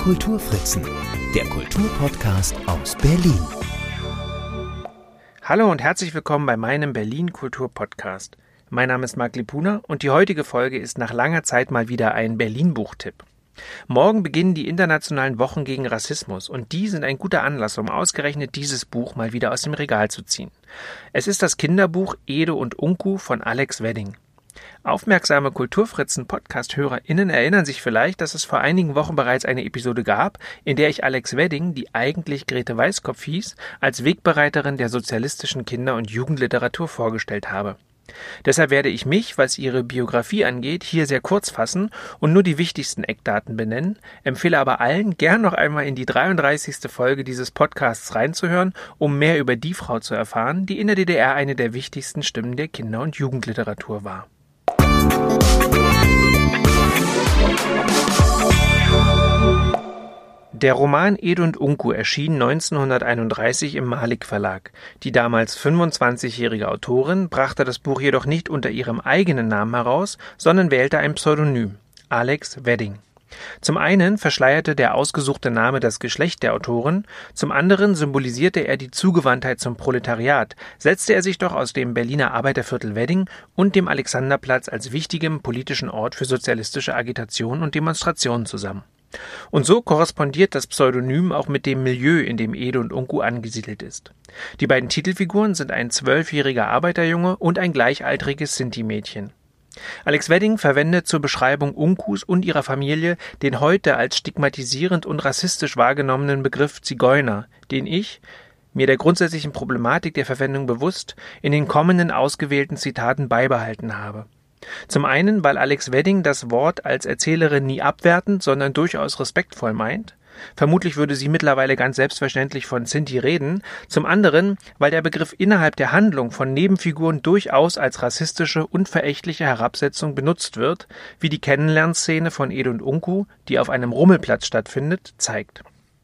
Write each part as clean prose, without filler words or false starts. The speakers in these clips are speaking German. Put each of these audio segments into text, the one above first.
Kulturfritzen, der Kulturpodcast aus Berlin. Hallo und herzlich willkommen bei meinem Berlin Kulturpodcast. Mein Name ist Marc Lipuna und die heutige Folge ist nach langer Zeit mal wieder ein Berlin-Buchtipp. Morgen beginnen die internationalen Wochen gegen Rassismus und die sind ein guter Anlass, um ausgerechnet dieses Buch mal wieder aus dem Regal zu ziehen. Es ist das Kinderbuch Ede und Unku von Alex Wedding. Aufmerksame Kulturfritzen-Podcast-HörerInnen erinnern sich vielleicht, dass es vor einigen Wochen bereits eine Episode gab, in der ich Alex Wedding, die eigentlich Grete Weißkopf hieß, als Wegbereiterin der sozialistischen Kinder- und Jugendliteratur vorgestellt habe. Deshalb werde ich mich, was ihre Biografie angeht, hier sehr kurz fassen und nur die wichtigsten Eckdaten benennen, empfehle aber allen, gern noch einmal in die 33. Folge dieses Podcasts reinzuhören, um mehr über die Frau zu erfahren, die in der DDR eine der wichtigsten Stimmen der Kinder- und Jugendliteratur war. Der Roman Ede und Unku erschien 1931 im Malik Verlag. Die damals 25-jährige Autorin brachte das Buch jedoch nicht unter ihrem eigenen Namen heraus, sondern wählte ein Pseudonym, Alex Wedding. Zum einen verschleierte der ausgesuchte Name das Geschlecht der Autorin, zum anderen symbolisierte er die Zugewandtheit zum Proletariat, setzte er sich doch aus dem Berliner Arbeiterviertel Wedding und dem Alexanderplatz als wichtigem politischen Ort für sozialistische Agitation und Demonstrationen zusammen. Und so korrespondiert das Pseudonym auch mit dem Milieu, in dem Ede und Unku angesiedelt ist. Die beiden Titelfiguren sind ein 12-jähriger Arbeiterjunge und ein gleichaltriges Sinti-Mädchen. Alex Wedding verwendet zur Beschreibung Unkus und ihrer Familie den heute als stigmatisierend und rassistisch wahrgenommenen Begriff Zigeuner, den ich, mir der grundsätzlichen Problematik der Verwendung bewusst, in den kommenden ausgewählten Zitaten beibehalten habe. Zum einen, weil Alex Wedding das Wort als Erzählerin nie abwertend, sondern durchaus respektvoll meint. Vermutlich würde sie mittlerweile ganz selbstverständlich von Sinti reden. Zum anderen, weil der Begriff innerhalb der Handlung von Nebenfiguren durchaus als rassistische und verächtliche Herabsetzung benutzt wird, wie die Kennenlernszene von Ede und Unku, die auf einem Rummelplatz stattfindet, zeigt.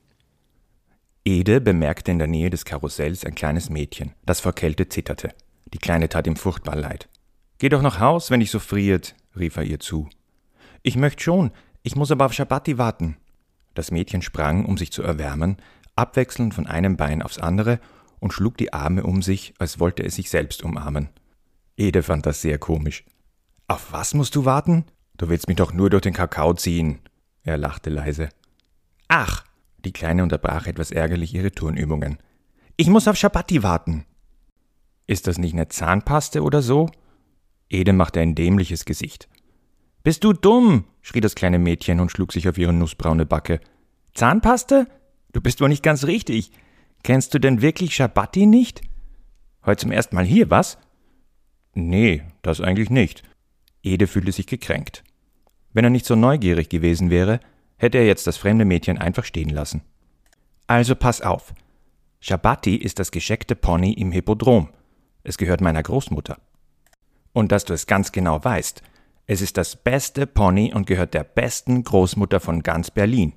Ede bemerkte in der Nähe des Karussells ein kleines Mädchen, das vor Kälte zitterte. Die Kleine tat ihm furchtbar leid. »Geh doch nach Haus, wenn dich so friert«, rief er ihr zu. »Ich möchte schon, ich muss aber auf Schabatti warten.« Das Mädchen sprang, um sich zu erwärmen, abwechselnd von einem Bein aufs andere und schlug die Arme um sich, als wollte es sich selbst umarmen. Ede fand das sehr komisch. »Auf was musst du warten? Du willst mich doch nur durch den Kakao ziehen.« Er lachte leise. »Ach«, die Kleine unterbrach etwas ärgerlich ihre Turnübungen. »Ich muss auf Schabatti warten.« »Ist das nicht eine Zahnpaste oder so?« Ede machte ein dämliches Gesicht. »Bist du dumm?« schrie das kleine Mädchen und schlug sich auf ihre nussbraune Backe. »Zahnpaste? Du bist wohl nicht ganz richtig. Kennst du denn wirklich Schabatti nicht? Heute zum ersten Mal hier, was?« »Nee, das eigentlich nicht.« Ede fühlte sich gekränkt. Wenn er nicht so neugierig gewesen wäre, hätte er jetzt das fremde Mädchen einfach stehen lassen. »Also pass auf. Schabatti ist das gescheckte Pony im Hippodrom. Es gehört meiner Großmutter. Und dass du es ganz genau weißt, es ist das beste Pony und gehört der besten Großmutter von ganz Berlin.«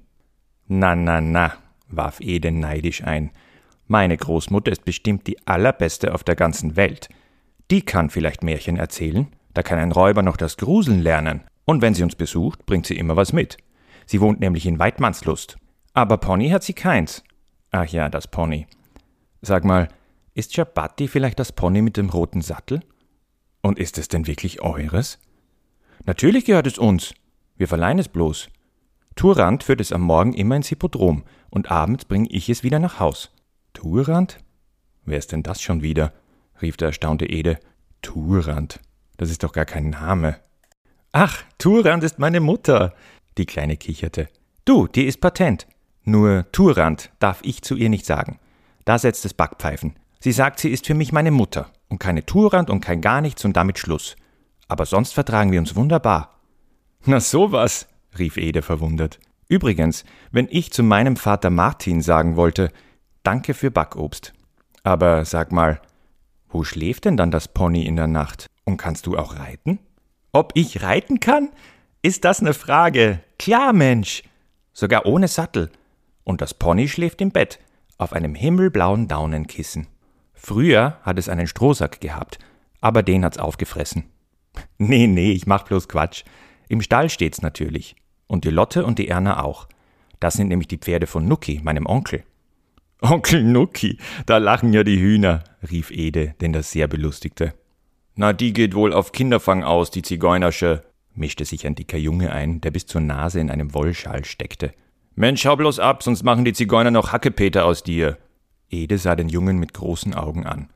»Na, warf Ede neidisch ein. »Meine Großmutter ist bestimmt die allerbeste auf der ganzen Welt. Die kann vielleicht Märchen erzählen, da kann ein Räuber noch das Gruseln lernen. Und wenn sie uns besucht, bringt sie immer was mit. Sie wohnt nämlich in Weidmannslust. Aber Pony hat sie keins.« »Ach ja, das Pony. Sag mal, ist Schabatti vielleicht das Pony mit dem roten Sattel? Und ist es denn wirklich eures?« »Natürlich gehört es uns. Wir verleihen es bloß. Turand führt es am Morgen immer ins Hippodrom und abends bringe ich es wieder nach Haus.« »Turand? Wer ist denn das schon wieder?« rief der erstaunte Ede. »Turand, das ist doch gar kein Name.« »Ach, Turand ist meine Mutter«, die Kleine kicherte. »Du, die ist Patent. Nur Turand darf ich zu ihr nicht sagen. Da setzt es Backpfeifen. Sie sagt, sie ist für mich meine Mutter. Und keine Turand und kein gar nichts und damit Schluss. Aber sonst vertragen wir uns wunderbar.« »Na sowas«, rief Ede verwundert. »Übrigens, wenn ich zu meinem Vater Martin sagen wollte, danke für Backobst. Aber sag mal, wo schläft denn dann das Pony in der Nacht? Und kannst du auch reiten?« »Ob ich reiten kann? Ist das eine Frage? Klar, Mensch. Sogar ohne Sattel. Und das Pony schläft im Bett, auf einem himmelblauen Daunenkissen. Früher hat es einen Strohsack gehabt, aber den hat's aufgefressen.« Nee, ich mach bloß Quatsch. Im Stall steht's natürlich. Und die Lotte und die Erna auch. Das sind nämlich die Pferde von Nucki, meinem Onkel. Onkel Nucki, da lachen ja die Hühner, rief Ede, den das sehr belustigte. Na, die geht wohl auf Kinderfang aus, die Zigeunersche, mischte sich ein dicker Junge ein, der bis zur Nase in einem Wollschal steckte. Mensch, hau bloß ab, sonst machen die Zigeuner noch Hackepeter aus dir. Ede sah den Jungen mit großen Augen an.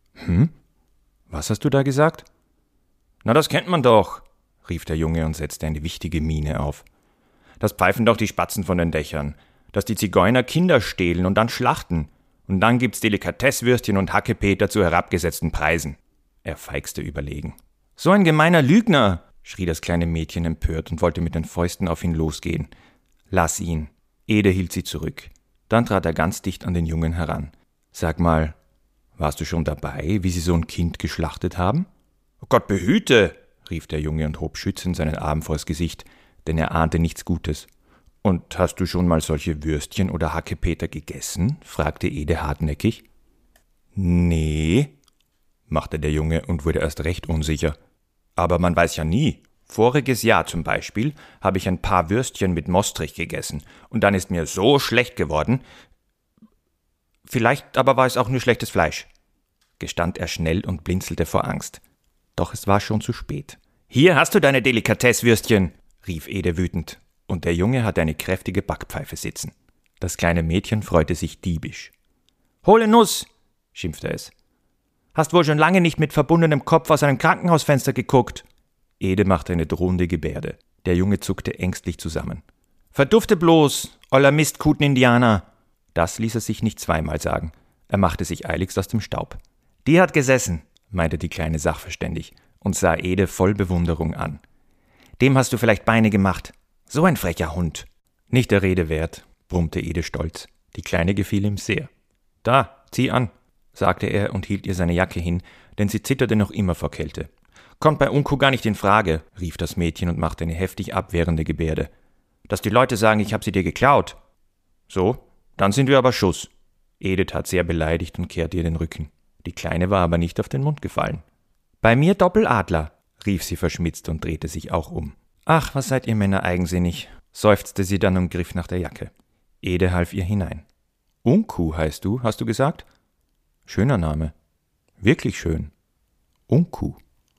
Was hast du da gesagt? Na, das kennt man doch, rief der Junge und setzte eine wichtige Miene auf. Das pfeifen doch die Spatzen von den Dächern, dass die Zigeuner Kinder stehlen und dann schlachten. Und dann gibt's Delikatesswürstchen und Hackepeter zu herabgesetzten Preisen. Er feixte überlegen. So ein gemeiner Lügner, schrie das kleine Mädchen empört und wollte mit den Fäusten auf ihn losgehen. Lass ihn. Ede hielt sie zurück. Dann trat er ganz dicht an den Jungen heran. Sag mal, warst du schon dabei, wie sie so ein Kind geschlachtet haben? Oh Gott behüte, rief der Junge und hob schützend seinen Arm vors Gesicht, denn er ahnte nichts Gutes. Und hast du schon mal solche Würstchen oder Hackepeter gegessen? Fragte Ede hartnäckig. Nee, machte der Junge und wurde erst recht unsicher. Aber man weiß ja nie. Voriges Jahr zum Beispiel habe ich ein paar Würstchen mit Mostrich gegessen und dann ist mir so schlecht geworden. Vielleicht aber war es auch nur schlechtes Fleisch, gestand er schnell und blinzelte vor Angst. Doch es war schon zu spät. Hier hast du deine Delikatesswürstchen, rief Ede wütend, und der Junge hatte eine kräftige Backpfeife sitzen. Das kleine Mädchen freute sich diebisch. Hole Nuss, schimpfte es. Hast wohl schon lange nicht mit verbundenem Kopf aus einem Krankenhausfenster geguckt. Ede machte eine drohende Gebärde. Der Junge zuckte ängstlich zusammen. Verdufte bloß, oller Mistkuten-Indianer! Das ließ er sich nicht zweimal sagen. Er machte sich eiligst aus dem Staub. Die hat gesessen, meinte die Kleine sachverständig und sah Ede voll Bewunderung an. Dem hast du vielleicht Beine gemacht. So ein frecher Hund. Nicht der Rede wert, brummte Ede stolz. Die Kleine gefiel ihm sehr. Da, zieh an, sagte er und hielt ihr seine Jacke hin, denn sie zitterte noch immer vor Kälte. Kommt bei Unku gar nicht in Frage, rief das Mädchen und machte eine heftig abwehrende Gebärde. Dass die Leute sagen, ich hab sie dir geklaut. So, dann sind wir aber Schuss. Ede tat sehr beleidigt und kehrte ihr den Rücken. Die Kleine war aber nicht auf den Mund gefallen. Bei mir Doppeladler, rief sie verschmitzt und drehte sich auch um. Ach, was seid ihr Männer eigensinnig, seufzte sie dann und griff nach der Jacke. Ede half ihr hinein. Unku heißt du, hast du gesagt? Schöner Name. Wirklich schön. Unku.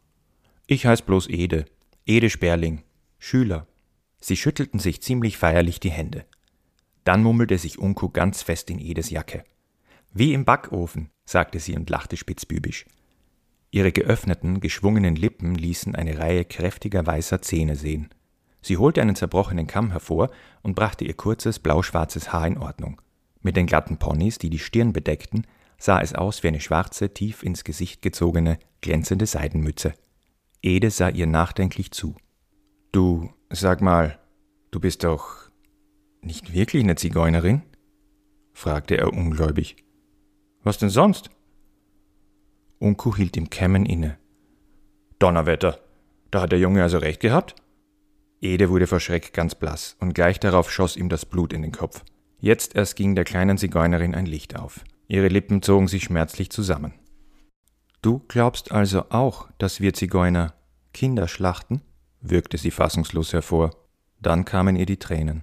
Ich heiß bloß Ede. Ede Sperling. Schüler. Sie schüttelten sich ziemlich feierlich die Hände. Dann mummelte sich Unku ganz fest in Edes Jacke. Wie im Backofen, sagte sie und lachte spitzbübisch. Ihre geöffneten, geschwungenen Lippen ließen eine Reihe kräftiger weißer Zähne sehen. Sie holte einen zerbrochenen Kamm hervor und brachte ihr kurzes, blauschwarzes Haar in Ordnung. Mit den glatten Ponys, die die Stirn bedeckten, sah es aus wie eine schwarze, tief ins Gesicht gezogene, glänzende Seidenmütze. Ede sah ihr nachdenklich zu. Du, sag mal, du bist doch nicht wirklich eine Zigeunerin? Fragte er ungläubig. Was denn sonst? Unku hielt im Kämmen inne. Donnerwetter, da hat der Junge also recht gehabt? Ede wurde vor Schreck ganz blass und gleich darauf schoss ihm das Blut in den Kopf. Jetzt erst ging der kleinen Zigeunerin ein Licht auf. Ihre Lippen zogen sich schmerzlich zusammen. Du glaubst also auch, dass wir Zigeuner Kinder schlachten? Würgte sie fassungslos hervor. Dann kamen ihr die Tränen.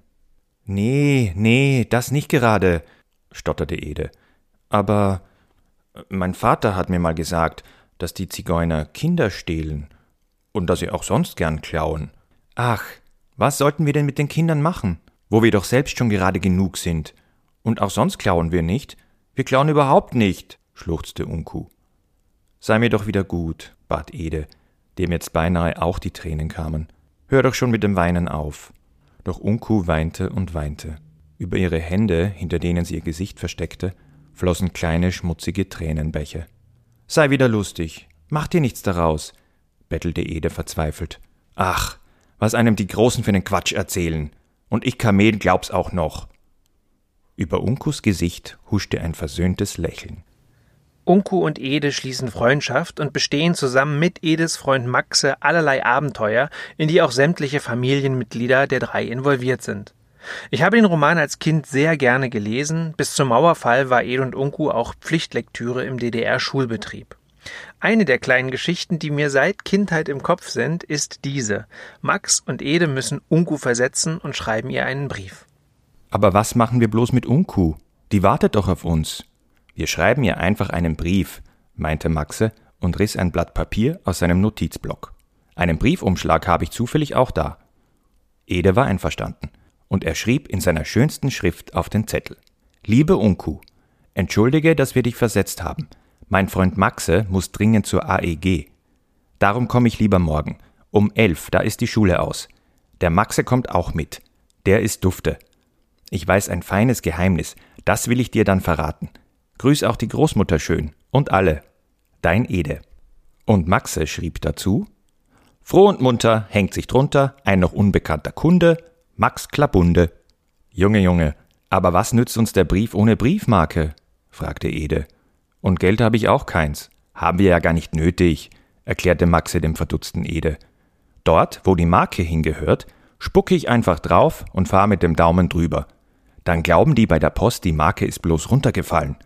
Nee, das nicht gerade, stotterte Ede. Aber mein Vater hat mir mal gesagt, dass die Zigeuner Kinder stehlen und dass sie auch sonst gern klauen. Ach, was sollten wir denn mit den Kindern machen, wo wir doch selbst schon gerade genug sind? Und auch sonst klauen wir nicht. Wir klauen überhaupt nicht, schluchzte Unku. Sei mir doch wieder gut, bat Ede, dem jetzt beinahe auch die Tränen kamen. Hör doch schon mit dem Weinen auf. Doch Unku weinte und weinte. Über ihre Hände, hinter denen sie ihr Gesicht versteckte, flossen kleine, schmutzige Tränenbäche. Sei wieder lustig, mach dir nichts daraus, bettelte Ede verzweifelt. Ach, was einem die Großen für einen Quatsch erzählen. Und ich Kamel glaub's auch noch. Über Unkus Gesicht huschte ein versöhntes Lächeln. Unku und Ede schließen Freundschaft und bestehen zusammen mit Edes Freund Maxe allerlei Abenteuer, in die auch sämtliche Familienmitglieder der drei involviert sind. Ich habe den Roman als Kind sehr gerne gelesen, bis zum Mauerfall war Ede und Unku auch Pflichtlektüre im DDR-Schulbetrieb. Eine der kleinen Geschichten, die mir seit Kindheit im Kopf sind, ist diese. Max und Ede müssen Unku versetzen und schreiben ihr einen Brief. Aber was machen wir bloß mit Unku? Die wartet doch auf uns. Wir schreiben ihr einfach einen Brief, meinte Maxe und riss ein Blatt Papier aus seinem Notizblock. Einen Briefumschlag habe ich zufällig auch da. Ede war einverstanden und er schrieb in seiner schönsten Schrift auf den Zettel: Liebe Unku, entschuldige, dass wir dich versetzt haben. Mein Freund Maxe muss dringend zur AEG. Darum komme ich lieber morgen. Um 11, da ist die Schule aus. Der Maxe kommt auch mit. Der ist dufte. Ich weiß ein feines Geheimnis, das will ich dir dann verraten. Grüß auch die Großmutter schön und alle. Dein Ede. Und Maxe schrieb dazu: Froh und munter, hängt sich drunter, ein noch unbekannter Kunde, Max Klabunde. Junge, aber was nützt uns der Brief ohne Briefmarke? Fragte Ede. Und Geld habe ich auch keins. Haben wir ja gar nicht nötig, erklärte Maxe dem verdutzten Ede. Dort, wo die Marke hingehört, spucke ich einfach drauf und fahre mit dem Daumen drüber. Dann glauben die bei der Post, die Marke ist bloß runtergefallen.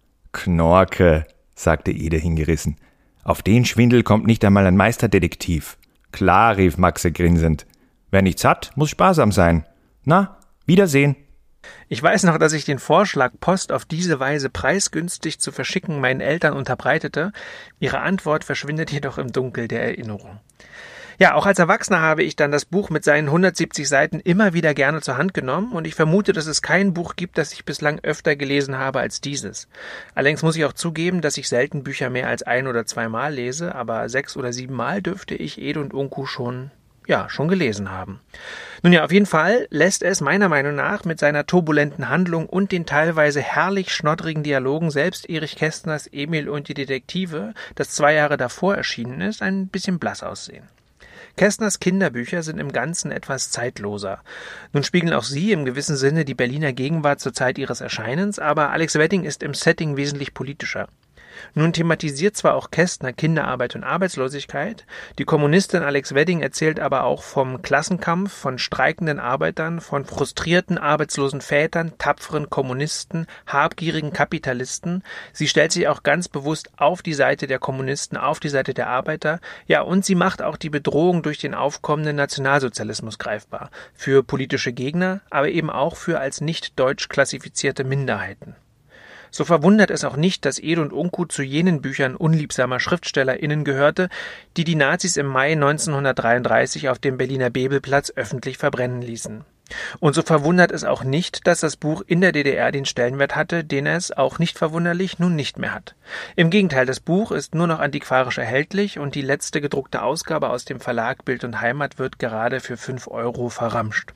Knorke, sagte Ede hingerissen. Auf den Schwindel kommt nicht einmal ein Meisterdetektiv. Klar, rief Maxe grinsend. Wer nichts hat, muss sparsam sein. Na, Wiedersehen. Ich weiß noch, dass ich den Vorschlag, Post auf diese Weise preisgünstig zu verschicken, meinen Eltern unterbreitete. Ihre Antwort verschwindet jedoch im Dunkel der Erinnerung. Ja, auch als Erwachsener habe ich dann das Buch mit seinen 170 Seiten immer wieder gerne zur Hand genommen und ich vermute, dass es kein Buch gibt, das ich bislang öfter gelesen habe als dieses. Allerdings muss ich auch zugeben, dass ich selten Bücher mehr als 1 oder 2 Mal lese, aber 6 oder 7 Mal dürfte ich Ede und Unku schon gelesen haben. Nun ja, auf jeden Fall lässt es meiner Meinung nach mit seiner turbulenten Handlung und den teilweise herrlich schnoddrigen Dialogen selbst Erich Kästners Emil und die Detektive, das 2 Jahre davor erschienen ist, ein bisschen blass aussehen. Kästners Kinderbücher sind im Ganzen etwas zeitloser. Nun spiegeln auch sie im gewissen Sinne die Berliner Gegenwart zur Zeit ihres Erscheinens, aber Alex Wedding ist im Setting wesentlich politischer. Nun thematisiert zwar auch Kästner Kinderarbeit und Arbeitslosigkeit, die Kommunistin Alex Wedding erzählt aber auch vom Klassenkampf, von streikenden Arbeitern, von frustrierten arbeitslosen Vätern, tapferen Kommunisten, habgierigen Kapitalisten. Sie stellt sich auch ganz bewusst auf die Seite der Kommunisten, auf die Seite der Arbeiter, ja, und sie macht auch die Bedrohung durch den aufkommenden Nationalsozialismus greifbar, für politische Gegner, aber eben auch für als nicht deutsch klassifizierte Minderheiten. So verwundert es auch nicht, dass Ede und Unku zu jenen Büchern unliebsamer SchriftstellerInnen gehörte, die die Nazis im Mai 1933 auf dem Berliner Bebelplatz öffentlich verbrennen ließen. Und so verwundert es auch nicht, dass das Buch in der DDR den Stellenwert hatte, den es, auch nicht verwunderlich, nun nicht mehr hat. Im Gegenteil, das Buch ist nur noch antiquarisch erhältlich und die letzte gedruckte Ausgabe aus dem Verlag Bild und Heimat wird gerade für 5 € verramscht.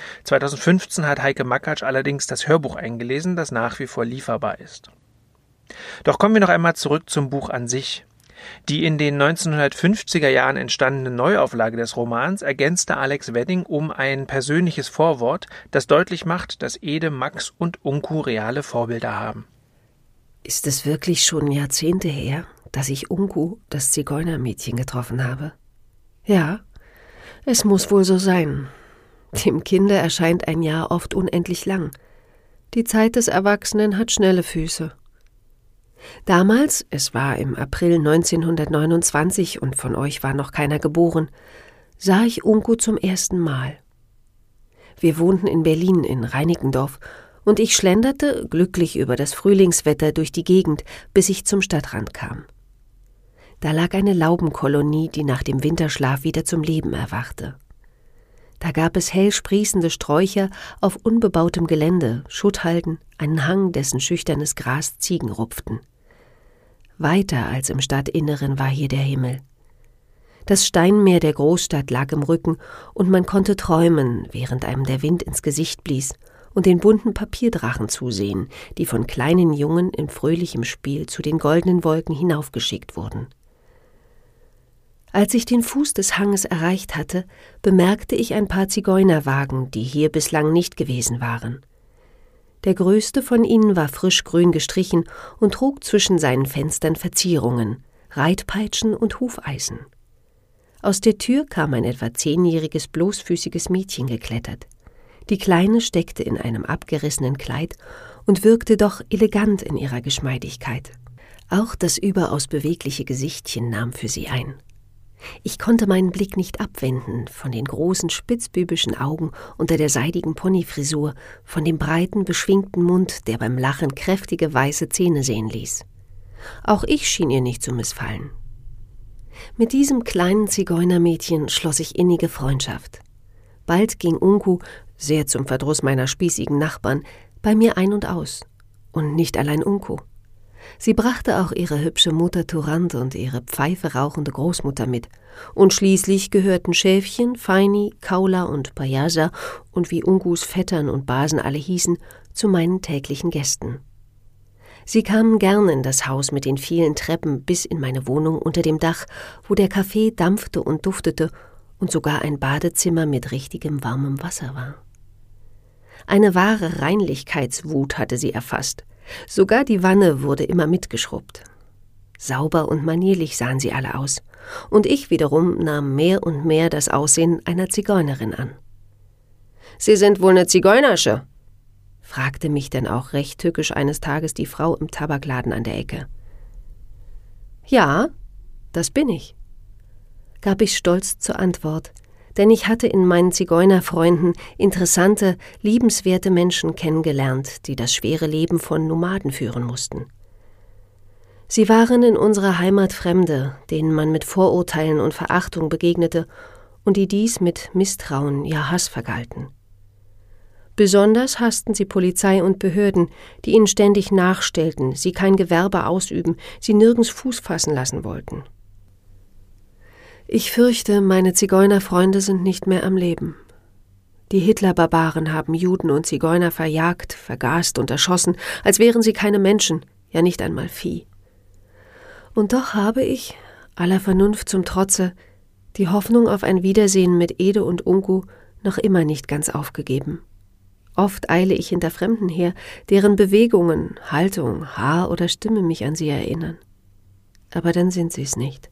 2015 hat Heike Makatsch allerdings das Hörbuch eingelesen, das nach wie vor lieferbar ist. Doch kommen wir noch einmal zurück zum Buch an sich. Die in den 1950er Jahren entstandene Neuauflage des Romans ergänzte Alex Wedding um ein persönliches Vorwort, das deutlich macht, dass Ede, Max und Unku reale Vorbilder haben. Ist es wirklich schon Jahrzehnte her, dass ich Unku, das Zigeunermädchen, getroffen habe? Ja, es muss wohl so sein. Dem Kinde erscheint ein Jahr oft unendlich lang. Die Zeit des Erwachsenen hat schnelle Füße. Damals, es war im April 1929 und von euch war noch keiner geboren, sah ich Unku zum ersten Mal. Wir wohnten in Berlin in Reinickendorf und ich schlenderte, glücklich über das Frühlingswetter, durch die Gegend, bis ich zum Stadtrand kam. Da lag eine Laubenkolonie, die nach dem Winterschlaf wieder zum Leben erwachte. Da gab es hell sprießende Sträucher auf unbebautem Gelände, Schutthalden, einen Hang, dessen schüchternes Gras Ziegen rupften. Weiter als im Stadtinneren war hier der Himmel. Das Steinmeer der Großstadt lag im Rücken und man konnte träumen, während einem der Wind ins Gesicht blies, und den bunten Papierdrachen zusehen, die von kleinen Jungen in fröhlichem Spiel zu den goldenen Wolken hinaufgeschickt wurden. Als ich den Fuß des Hanges erreicht hatte, bemerkte ich ein paar Zigeunerwagen, die hier bislang nicht gewesen waren. Der größte von ihnen war frisch grün gestrichen und trug zwischen seinen Fenstern Verzierungen, Reitpeitschen und Hufeisen. Aus der Tür kam ein etwa 10-jähriges bloßfüßiges Mädchen geklettert. Die Kleine steckte in einem abgerissenen Kleid und wirkte doch elegant in ihrer Geschmeidigkeit. Auch das überaus bewegliche Gesichtchen nahm für sie ein. Ich konnte meinen Blick nicht abwenden von den großen spitzbübischen Augen unter der seidigen Ponyfrisur, von dem breiten, beschwingten Mund, der beim Lachen kräftige weiße Zähne sehen ließ. Auch ich schien ihr nicht zu missfallen. Mit diesem kleinen Zigeunermädchen schloss ich innige Freundschaft. Bald ging Unku, sehr zum Verdruss meiner spießigen Nachbarn, bei mir ein und aus. Und nicht allein Unku. Sie brachte auch ihre hübsche Mutter Turand und ihre Pfeife rauchende Großmutter mit. Und schließlich gehörten Schäfchen, Feini, Kaula und Bayaja und wie Unkus Vettern und Basen alle hießen, zu meinen täglichen Gästen. Sie kamen gern in das Haus mit den vielen Treppen bis in meine Wohnung unter dem Dach, wo der Kaffee dampfte und duftete und sogar ein Badezimmer mit richtigem warmem Wasser war. Eine wahre Reinlichkeitswut hatte sie erfasst. Sogar die Wanne wurde immer mitgeschrubbt. Sauber und manierlich sahen sie alle aus, und ich wiederum nahm mehr und mehr das Aussehen einer Zigeunerin an. »Sie sind wohl eine Zigeunersche?« fragte mich denn auch recht tückisch eines Tages die Frau im Tabakladen an der Ecke. »Ja, das bin ich«, gab ich stolz zur Antwort, denn ich hatte in meinen Zigeunerfreunden interessante, liebenswerte Menschen kennengelernt, die das schwere Leben von Nomaden führen mussten. Sie waren in unserer Heimat Fremde, denen man mit Vorurteilen und Verachtung begegnete und die dies mit Misstrauen, ja Hass vergalten. Besonders hassten sie Polizei und Behörden, die ihnen ständig nachstellten, sie kein Gewerbe ausüben, sie nirgends Fuß fassen lassen wollten. Ich fürchte, meine Zigeunerfreunde sind nicht mehr am Leben. Die Hitler-Barbaren haben Juden und Zigeuner verjagt, vergast und erschossen, als wären sie keine Menschen, ja nicht einmal Vieh. Und doch habe ich, aller Vernunft zum Trotze, die Hoffnung auf ein Wiedersehen mit Ede und Unku noch immer nicht ganz aufgegeben. Oft eile ich hinter Fremden her, deren Bewegungen, Haltung, Haar oder Stimme mich an sie erinnern. Aber dann sind sie es nicht.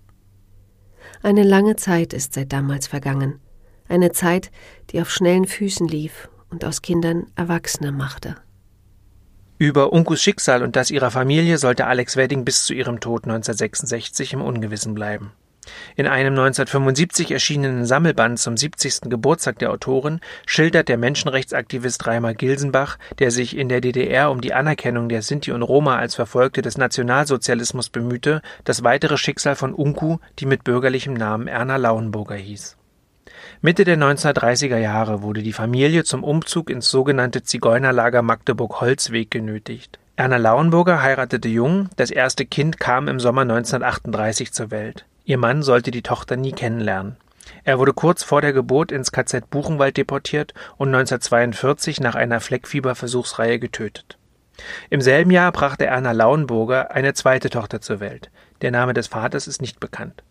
Eine lange Zeit ist seit damals vergangen, eine Zeit, die auf schnellen Füßen lief und aus Kindern Erwachsene machte. Über Unkus Schicksal und das ihrer Familie sollte Alex Wedding bis zu ihrem Tod 1966 im Ungewissen bleiben. In einem 1975 erschienenen Sammelband zum 70. Geburtstag der Autorin schildert der Menschenrechtsaktivist Reimer Gilsenbach, der sich in der DDR um die Anerkennung der Sinti und Roma als Verfolgte des Nationalsozialismus bemühte, das weitere Schicksal von Unku, die mit bürgerlichem Namen Erna Lauenburger hieß. Mitte der 1930er Jahre wurde die Familie zum Umzug ins sogenannte Zigeunerlager Magdeburg-Holzweg genötigt. Erna Lauenburger heiratete jung, das erste Kind kam im Sommer 1938 zur Welt. Ihr Mann sollte die Tochter nie kennenlernen. Er wurde kurz vor der Geburt ins KZ Buchenwald deportiert und 1942 nach einer Fleckfieberversuchsreihe getötet. Im selben Jahr brachte Erna Lauenburger eine zweite Tochter zur Welt. Der Name des Vaters ist nicht bekannt.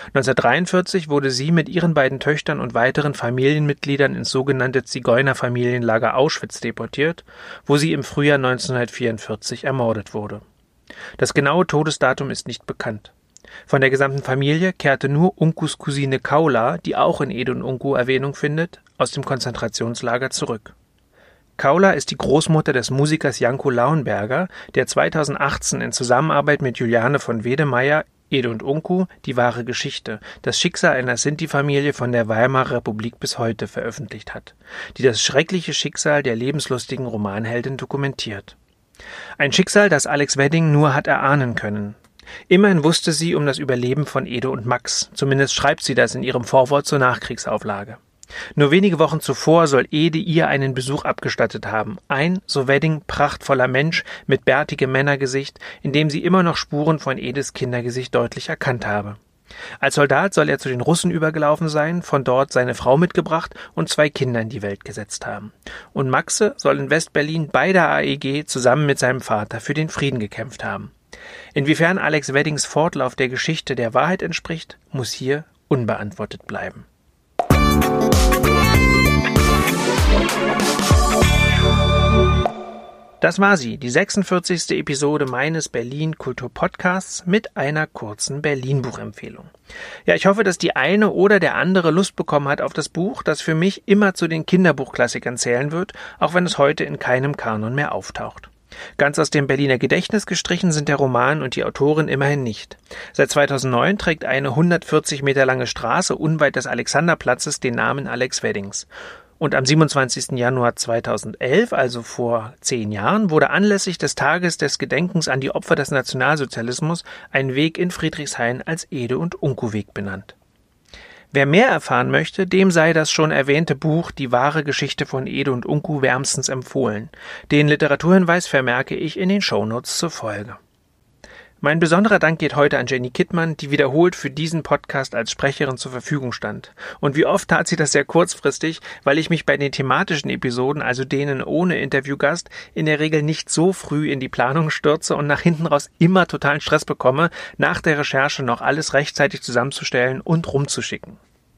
1943 wurde sie mit ihren beiden Töchtern und weiteren Familienmitgliedern ins sogenannte Zigeunerfamilienlager Auschwitz deportiert, wo sie im Frühjahr 1944 ermordet wurde. Das genaue Todesdatum ist nicht bekannt. Von der gesamten Familie kehrte nur Unkus Cousine Kaula, die auch in Ede und Unku Erwähnung findet, aus dem Konzentrationslager zurück. Kaula ist die Großmutter des Musikers Janko Lauenberger, der 2018 in Zusammenarbeit mit Juliane von Wedemeyer Ede und Unku, die wahre Geschichte, das Schicksal einer Sinti-Familie von der Weimarer Republik bis heute veröffentlicht hat, die das schreckliche Schicksal der lebenslustigen Romanheldin dokumentiert. Ein Schicksal, das Alex Wedding nur hat erahnen können. Immerhin wusste sie um das Überleben von Ede und Max, zumindest schreibt sie das in ihrem Vorwort zur Nachkriegsauflage. Nur wenige Wochen zuvor soll Ede ihr einen Besuch abgestattet haben. Ein, so Wedding, prachtvoller Mensch mit bärtigem Männergesicht, in dem sie immer noch Spuren von Edes Kindergesicht deutlich erkannt habe. Als Soldat soll er zu den Russen übergelaufen sein, von dort seine Frau mitgebracht und 2 Kinder in die Welt gesetzt haben. Und Maxe soll in West-Berlin bei der AEG zusammen mit seinem Vater für den Frieden gekämpft haben. Inwiefern Alex Weddings Fortlauf der Geschichte der Wahrheit entspricht, muss hier unbeantwortet bleiben. Das war sie, die 46. Episode meines Berlin-Kultur-Podcasts mit einer kurzen Berlin-Buchempfehlung. Ja, ich hoffe, dass die eine oder der andere Lust bekommen hat auf das Buch, das für mich immer zu den Kinderbuchklassikern zählen wird, auch wenn es heute in keinem Kanon mehr auftaucht. Ganz aus dem Berliner Gedächtnis gestrichen sind der Roman und die Autorin immerhin nicht. Seit 2009 trägt eine 140 Meter lange Straße unweit des Alexanderplatzes den Namen Alex Weddings. Und am 27. Januar 2011, also vor 10 Jahren, wurde anlässlich des Tages des Gedenkens an die Opfer des Nationalsozialismus ein Weg in Friedrichshain als Ede- und Unku-Weg benannt. Wer mehr erfahren möchte, dem sei das schon erwähnte Buch Die wahre Geschichte von Ede und Unku wärmstens empfohlen. Den Literaturhinweis vermerke ich in den Shownotes zur Folge. Mein besonderer Dank geht heute an Jenny Kittmann, die wiederholt für diesen Podcast als Sprecherin zur Verfügung stand. Und wie oft tat sie das sehr kurzfristig, weil ich mich bei den thematischen Episoden, also denen ohne Interviewgast, in der Regel nicht so früh in die Planung stürze und nach hinten raus immer totalen Stress bekomme, nach der Recherche noch alles rechtzeitig zusammenzustellen und rumzuschicken.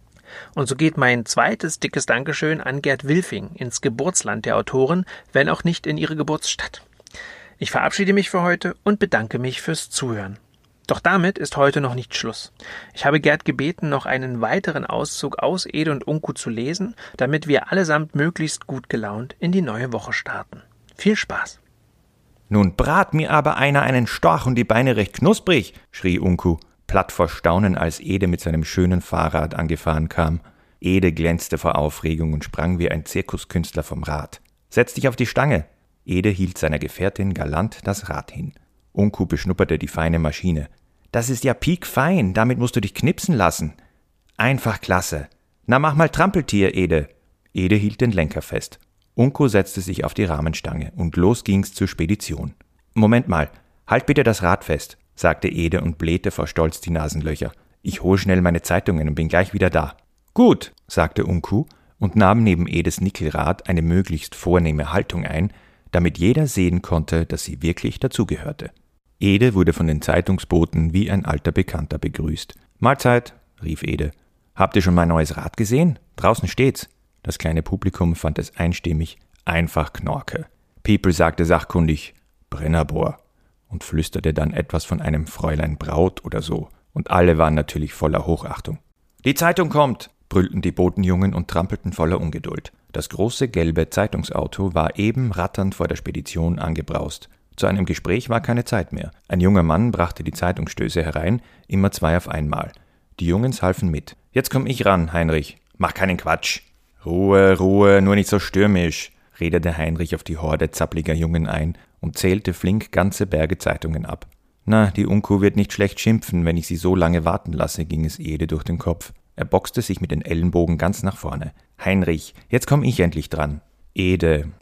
Und so geht mein zweites dickes Dankeschön an Gerd Wilfing ins Geburtsland der Autorin, wenn auch nicht in ihre Geburtsstadt. Ich verabschiede mich für heute und bedanke mich fürs Zuhören. Doch damit ist heute noch nicht Schluss. Ich habe Gerd gebeten, noch einen weiteren Auszug aus Ede und Unku zu lesen, damit wir allesamt möglichst gut gelaunt in die neue Woche starten. Viel Spaß! »Nun brat mir aber einer einen Storch und die Beine recht knusprig«, schrie Unku, platt vor Staunen, als Ede mit seinem schönen Fahrrad angefahren kam. Ede glänzte vor Aufregung und sprang wie ein Zirkuskünstler vom Rad. »Setz dich auf die Stange!« Ede hielt seiner Gefährtin galant das Rad hin. Unku beschnupperte die feine Maschine. »Das ist ja piekfein, damit musst du dich knipsen lassen.« »Einfach klasse. Na, mach mal Trampeltier, Ede.« Ede hielt den Lenker fest. Unku setzte sich auf die Rahmenstange und los ging's zur Spedition. »Moment mal, halt bitte das Rad fest«, sagte Ede und blähte vor Stolz die Nasenlöcher. »Ich hol schnell meine Zeitungen und bin gleich wieder da.« »Gut«, sagte Unku und nahm neben Edes Nickelrad eine möglichst vornehme Haltung ein, damit jeder sehen konnte, dass sie wirklich dazugehörte. Ede wurde von den Zeitungsboten wie ein alter Bekannter begrüßt. »Mahlzeit«, rief Ede. »Habt ihr schon mein neues Rad gesehen? Draußen steht's.« Das kleine Publikum fand es einstimmig einfach Knorke. Piepel sagte sachkundig »Brennerbohr« und flüsterte dann etwas von einem Fräulein Braut oder so. Und alle waren natürlich voller Hochachtung. »Die Zeitung kommt«, brüllten die Botenjungen und trampelten voller Ungeduld. Das große gelbe Zeitungsauto war eben ratternd vor der Spedition angebraust. Zu einem Gespräch war keine Zeit mehr. Ein junger Mann brachte die Zeitungsstöße herein, immer 2 auf einmal. Die Jungens halfen mit. »Jetzt komm ich ran, Heinrich. Mach keinen Quatsch.« »Ruhe, Ruhe, nur nicht so stürmisch«, redete Heinrich auf die Horde zappliger Jungen ein und zählte flink ganze Berge Zeitungen ab. »Na, die Unku wird nicht schlecht schimpfen, wenn ich sie so lange warten lasse«, ging es Ede durch den Kopf. Er boxte sich mit den Ellenbogen ganz nach vorne. »Heinrich, jetzt komm ich endlich dran.« »Ede,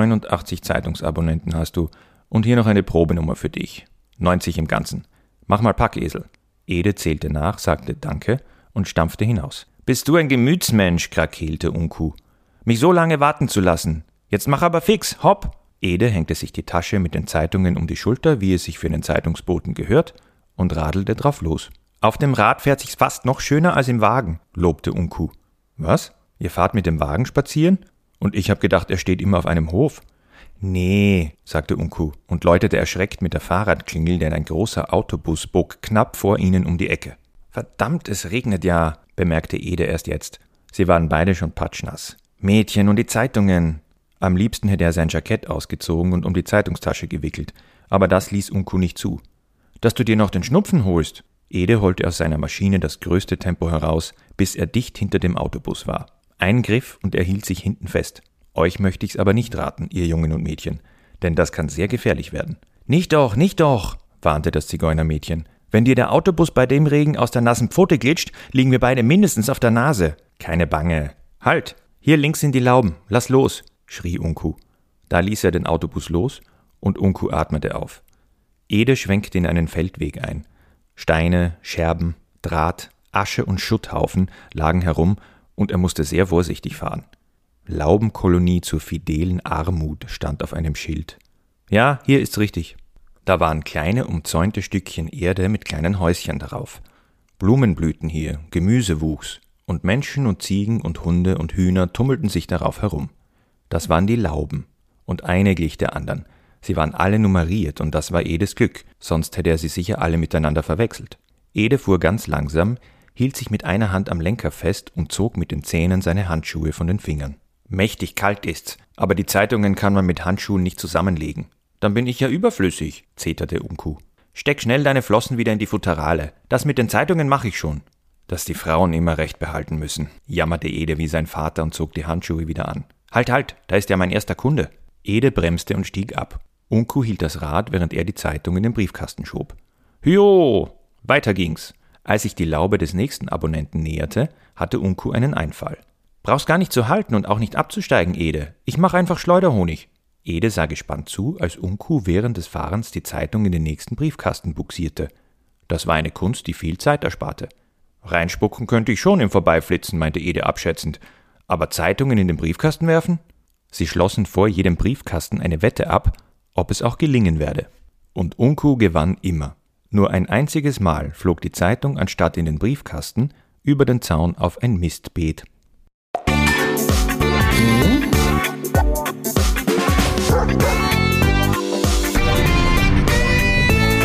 89 Zeitungsabonnenten hast du und hier noch eine Probenummer für dich. 90 im Ganzen. Mach mal Packesel.« Ede zählte nach, sagte Danke und stampfte hinaus. »Bist du ein Gemütsmensch«, krakeelte Unku. »Mich so lange warten zu lassen. Jetzt mach aber fix, hopp!« Ede hängte sich die Tasche mit den Zeitungen um die Schulter, wie es sich für einen Zeitungsboten gehört, und radelte drauf los. »Auf dem Rad fährt sich's fast noch schöner als im Wagen«, lobte Unku. »Was? Ihr fahrt mit dem Wagen spazieren? Und ich hab gedacht, er steht immer auf einem Hof.« »Nee«, sagte Unku und läutete erschreckt mit der Fahrradklingel, denn ein großer Autobus bog knapp vor ihnen um die Ecke. »Verdammt, es regnet ja«, bemerkte Ede erst jetzt. Sie waren beide schon patschnass. »Mädchen und die Zeitungen!« Am liebsten hätte er sein Jackett ausgezogen und um die Zeitungstasche gewickelt, aber das ließ Unku nicht zu. »Dass du dir noch den Schnupfen holst!« Ede holte aus seiner Maschine das größte Tempo heraus, bis er dicht hinter dem Autobus war. Ein Griff und er hielt sich hinten fest. »Euch möchte ich's aber nicht raten, ihr Jungen und Mädchen, denn das kann sehr gefährlich werden.« »Nicht doch, nicht doch«, warnte das Zigeunermädchen. »Wenn dir der Autobus bei dem Regen aus der nassen Pfote glitscht, liegen wir beide mindestens auf der Nase.« »Keine Bange. Halt, hier links sind die Lauben, lass los«, schrie Unku. Da ließ er den Autobus los und Unku atmete auf. Ede schwenkte in einen Feldweg ein. Steine, Scherben, Draht, Asche und Schutthaufen lagen herum und er musste sehr vorsichtig fahren. Laubenkolonie zur fidelen Armut stand auf einem Schild. Ja, hier ist's richtig. Da waren kleine umzäunte Stückchen Erde mit kleinen Häuschen darauf. Blumen blühten hier, Gemüse wuchs und Menschen und Ziegen und Hunde und Hühner tummelten sich darauf herum. Das waren die Lauben und eine glich der anderen. Sie waren alle nummeriert und das war Edes Glück, sonst hätte er sie sicher alle miteinander verwechselt. Ede fuhr ganz langsam, hielt sich mit einer Hand am Lenker fest und zog mit den Zähnen seine Handschuhe von den Fingern. Mächtig kalt ist's, aber die Zeitungen kann man mit Handschuhen nicht zusammenlegen. Dann bin ich ja überflüssig, zeterte Unku. Steck schnell deine Flossen wieder in die Futterale. Das mit den Zeitungen mache ich schon. Dass die Frauen immer Recht behalten müssen, jammerte Ede wie sein Vater und zog die Handschuhe wieder an. Halt, da ist ja mein erster Kunde. Ede bremste und stieg ab. Unku hielt das Rad, während er die Zeitung in den Briefkasten schob. Hyo! Weiter ging's. Als sich die Laube des nächsten Abonnenten näherte, hatte Unku einen Einfall. Brauchst gar nicht zu halten und auch nicht abzusteigen, Ede. Ich mach einfach Schleuderhonig. Ede sah gespannt zu, als Unku während des Fahrens die Zeitung in den nächsten Briefkasten buxierte. Das war eine Kunst, die viel Zeit ersparte. Reinspucken könnte ich schon im Vorbeiflitzen, meinte Ede abschätzend. Aber Zeitungen in den Briefkasten werfen? Sie schlossen vor jedem Briefkasten eine Wette ab, ob es auch gelingen werde. Und Unku gewann immer. Nur ein einziges Mal flog die Zeitung anstatt in den Briefkasten über den Zaun auf ein Mistbeet.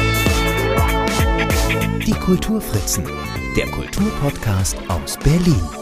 Die Kulturfritzen, der Kulturpodcast aus Berlin.